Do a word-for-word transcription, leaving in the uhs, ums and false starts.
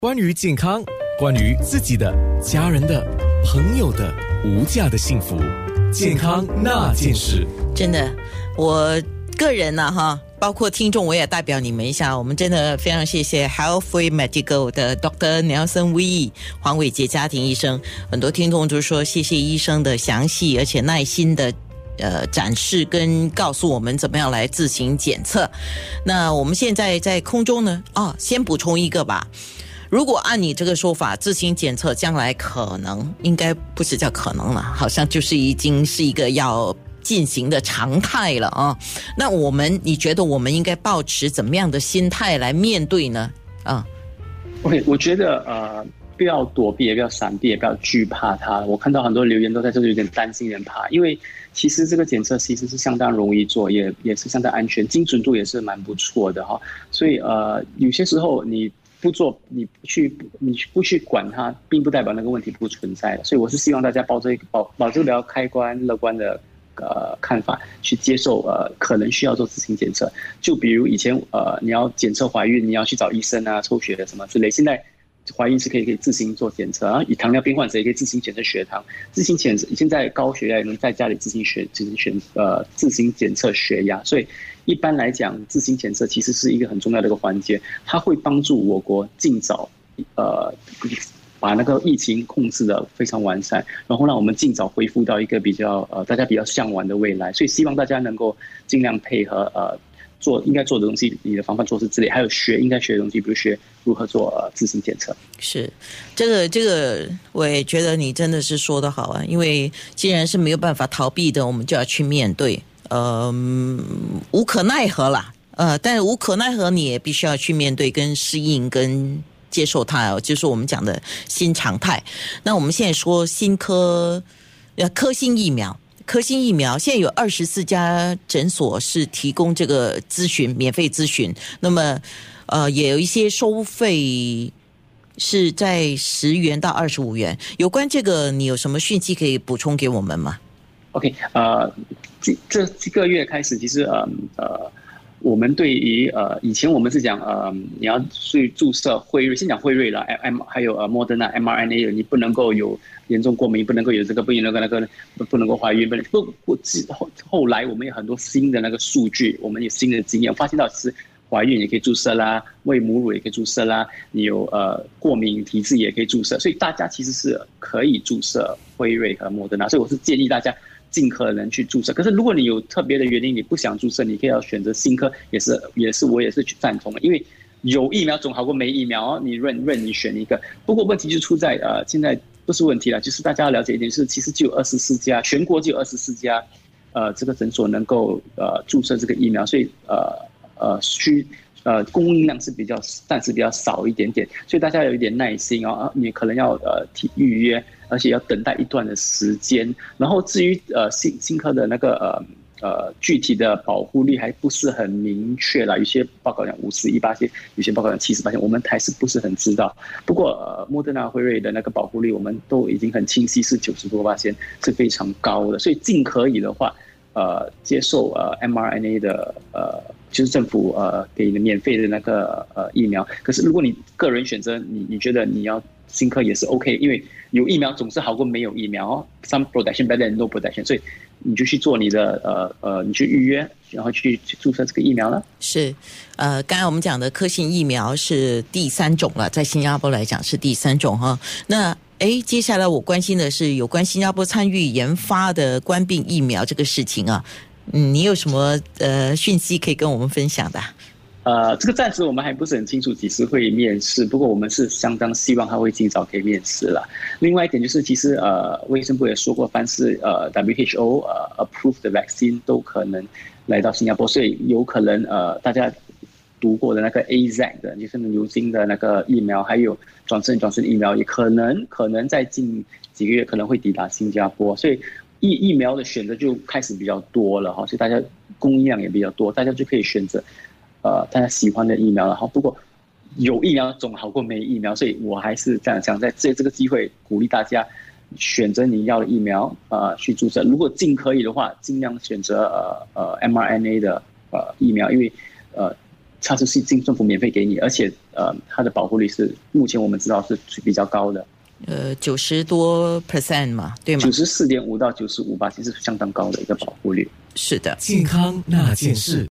关于健康，关于自己的、家人的、朋友的无价的幸福，健康那件事。 真的，我个人呢、啊、哈，包括听众，我也代表你们一下，我们真的非常谢谢 Healthway Medical 的 Doctor Nelson Wee 黄伟杰家庭医生。很多听众就说谢谢医生的详细而且耐心的呃，展示跟告诉我们怎么样来自行检测。那我们现在在空中呢，哦，先补充一个吧。如果按你这个说法，自行检测将来可能应该不是叫可能了，好像就是已经是一个要进行的常态了啊。那我们，你觉得我们应该抱持怎么样的心态来面对呢？啊 ，OK， 我觉得呃，不要躲避，也不要闪避，也不要惧怕它。我看到很多留言都在这里有点担心、有点怕，因为其实这个检测其实是相当容易做，也也是相当安全，精准度也是蛮不错的哈。所以呃，有些时候你不做，你不去，你不去管它，并不代表那个问题不存在的。所以我是希望大家抱着一个保保这个比较开观、乐观的呃看法去接受呃可能需要做自行检测。就比如以前呃你要检测怀孕，你要去找医生啊、抽血什么之类，现在怀孕是可以可以自行做检测，然后以糖尿病患者也可以自行检测血糖，自行检测现在高血压也能在家里自行选自行选呃自行检测血压，所以一般来讲，自行检测其实是一个很重要的一个环节，它会帮助我国尽早呃把那个疫情控制的非常完善，然后让我们尽早恢复到一个比较呃大家比较向往的未来，所以希望大家能够尽量配合呃。做应该做的东西，你的防范措施之类，还有学应该学的东西，比如学如何做呃自行检测。是， 这个这个，我也觉得你真的是说得好啊，因为既然是没有办法逃避的，我们就要去面对，呃，无可奈何啦，呃，但是无可奈何，你也必须要去面对、跟适应、跟接受它，就是我们讲的新常态。那我们现在说新科，呃，科兴疫苗。科兴疫苗现在有二十四家诊所是提供这个咨询，免费咨询。那么，呃，也有一些收费是在十元到二十五元。有关这个，你有什么讯息可以补充给我们吗 ？OK， 呃，这这这个月开始，其实呃呃，我们对于呃以前我们是讲呃你要去注射辉瑞，先讲辉瑞了 ，M 还有呃莫德纳 M R N A 的，你不能够有严重过敏，不能够有这个，不能够那个，不能够怀孕，不能不不后后来我们有很多新的那个数据，我们有新的经验，发现到其实怀孕也可以注射啦，喂母乳也可以注射啦，你有呃过敏体质也可以注射，所以大家其实是可以注射辉瑞和莫德纳，所以我是建议大家尽可能去注射。可是如果你有特别的原因你不想注射，你可以要选择新科，也是也是我也是去赞同的，因为有疫苗总好过没疫苗，你任任你选一个。不过问题就出在呃现在。不是问题了，就是大家要了解一点是，其实就有二十四家，全国就有二十四家，呃，这个诊所能够呃注射这个疫苗，所以呃呃需呃供应量是比较暂时比较少一点点，所以大家有一点耐心哦，你可能要呃提预约，而且要等待一段的时间。然后至于呃新新科的那个呃。呃，具体的保护力还不是很明确啦，有些报告讲五十一八千，有些报告讲七十八千，我们还是不是很知道。不过，呃，莫德纳、辉瑞的那个保护力，我们都已经很清晰，是九十多八千，是非常高的。所以，尽可以的话，呃，接受呃 M R N A 的呃，就是政府呃给你免费的那个呃疫苗。可是，如果你个人选择，你你觉得你要新科也是 OK， 因为有疫苗总是好过没有疫苗 ，some protection better than no protection， 所以。你就去做你的呃呃，你去预约，然后去去注射这个疫苗了。 是，呃，刚才我们讲的科兴疫苗是第三种了，在新加坡来讲是第三种哈。那诶，接下来我关心的是有关新加坡参与研发的冠病疫苗这个事情啊，嗯，你有什么呃讯息可以跟我们分享的？ 呃，这个暂时我们还不是很清楚几时会面试，不过我们是相当希望他会尽早可以面试了。另外一点就是，其实呃，卫生部也说过，凡是呃 W H O 呃 approved 的 vaccine 都可能来到新加坡，所以有可能呃大家读过的那个 A Z 的，就是牛津的那个疫苗，还有转生转生疫苗，也可能可能在近几个月可能会抵达新加坡，所以疫疫苗的选择就开始比较多了哈，所以大家供应量也比较多，大家就可以选择。呃，大家喜欢的疫苗了哈，不过有疫苗总好过没疫苗，所以我还是这样想，在这这个机会鼓励大家选择你要的疫苗，呃，去注射。如果尽可以的话，尽量选择呃呃 M R N A 的呃疫苗，因为呃查出细菌，政府免费给你，而且呃，它的保护率是目前我们知道是比较高的， 呃，九十多 percent 嘛，对吗？ 九十四点五到九十五吧，其实相当高的一个保护率。 是的， 健康那件事。